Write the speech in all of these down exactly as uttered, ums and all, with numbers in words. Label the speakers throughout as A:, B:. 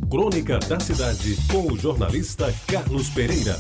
A: Crônica da Cidade, com o jornalista Carlos Pereira.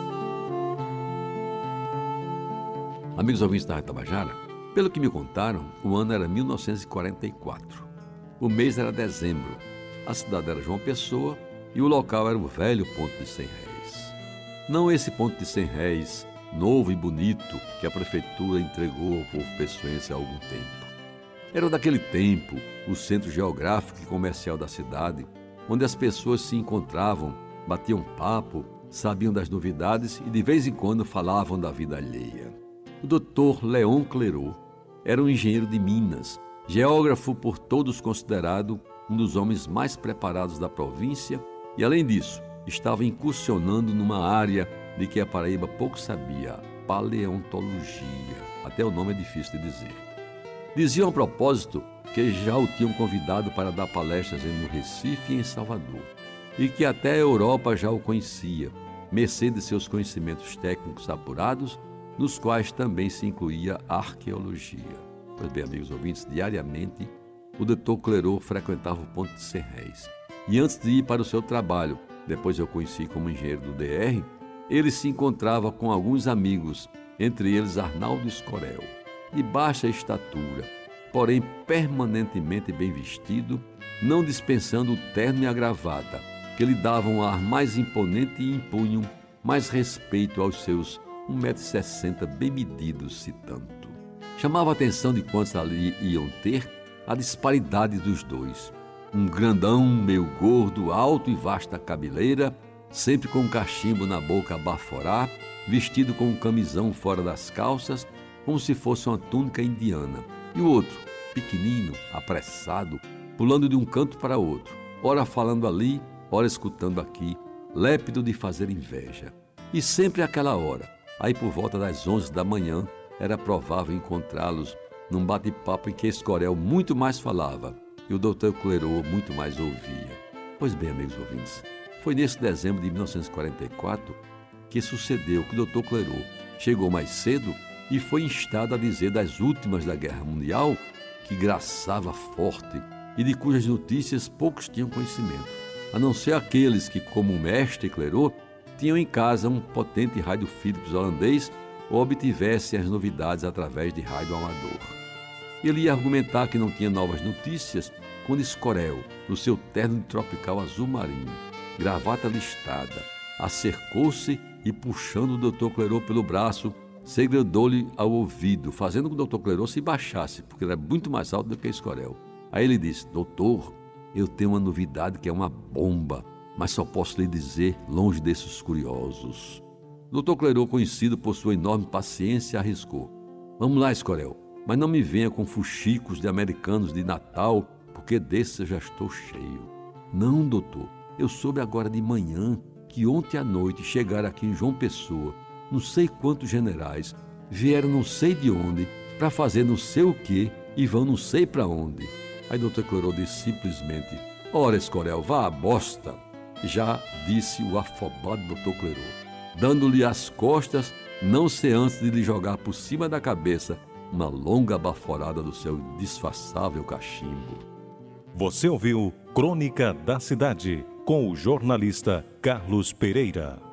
B: Amigos ouvintes da Rádio Tabajara, pelo que me contaram, o ano era mil novecentos e quarenta e quatro. O mês era dezembro. A cidade era João Pessoa e o local era o velho Ponto de Cem Réis. Não esse Ponto de Cem Réis novo e bonito que a prefeitura entregou ao povo pessoense há algum tempo. Era daquele tempo o centro geográfico e comercial da cidade, onde as pessoas se encontravam, batiam papo, sabiam das novidades e de vez em quando falavam da vida alheia. O doutor Leon Clerot era um engenheiro de Minas, geógrafo por todos considerado um dos homens mais preparados da província e, além disso, estava incursionando numa área de que a Paraíba pouco sabia, paleontologia. Até o nome é difícil de dizer. Diziam a propósito que já o tinham convidado para dar palestras no Recife e em Salvador, e que até a Europa já o conhecia, mercê de seus conhecimentos técnicos apurados, nos quais também se incluía a arqueologia. Pois bem, amigos ouvintes, diariamente o doutor Clerot frequentava o Ponto de Cem Réis. E antes de ir para o seu trabalho, depois eu conheci como engenheiro do D R, ele se encontrava com alguns amigos, entre eles Arnaldo Escorel, de baixa estatura, porém permanentemente bem vestido, não dispensando o terno e a gravata, que lhe davam um ar mais imponente e impunham mais respeito aos seus um metro e sessenta bem medidos, se tanto. Chamava a atenção de quantos ali iam ter a disparidade dos dois. Um grandão, meio gordo, alto e vasta cabeleira, sempre com um cachimbo na boca a baforar, vestido com um camisão fora das calças, como se fosse uma túnica indiana. E o outro, pequenino, apressado, pulando de um canto para outro, ora falando ali, ora escutando aqui, lépido de fazer inveja. E sempre àquela hora, aí por volta das onze da manhã, era provável encontrá-los num bate-papo em que Escorel muito mais falava e o doutor Clerot muito mais ouvia. Pois bem, amigos ouvintes, foi nesse dezembro de mil novecentos e quarenta e quatro que sucedeu que o doutor Clerot chegou mais cedo e foi instado a dizer das últimas da Guerra Mundial, que graçava forte e de cujas notícias poucos tinham conhecimento, a não ser aqueles que, como o mestre Clerot, tinham em casa um potente rádio Philips holandês ou obtivessem as novidades através de rádio amador. Ele ia argumentar que não tinha novas notícias quando Escorel, no seu terno de tropical azul marinho, gravata listada, acercou-se e, puxando o doutor Clerot pelo braço, segredou-lhe ao ouvido, fazendo com que o doutor Clerot se baixasse, porque ele era muito mais alto do que Escorel. Aí ele disse: doutor, eu tenho uma novidade que é uma bomba, mas só posso lhe dizer longe desses curiosos. O doutor Clerot, conhecido por sua enorme paciência, arriscou: vamos lá, Escorel, mas não me venha com fuxicos de americanos de Natal, porque desses eu já estou cheio. Não, doutor, eu soube agora de manhã que ontem à noite chegaram aqui em João Pessoa não sei quantos generais, vieram não sei de onde, para fazer não sei o que e vão não sei para onde. Aí doutor Clerot disse simplesmente: ora, Escorel, vá à bosta. Já disse o afobado doutor Clerot, dando-lhe as costas, não sei antes de lhe jogar por cima da cabeça uma longa baforada do seu disfarçável cachimbo.
A: Você ouviu Crônica da Cidade, com o jornalista Carlos Pereira.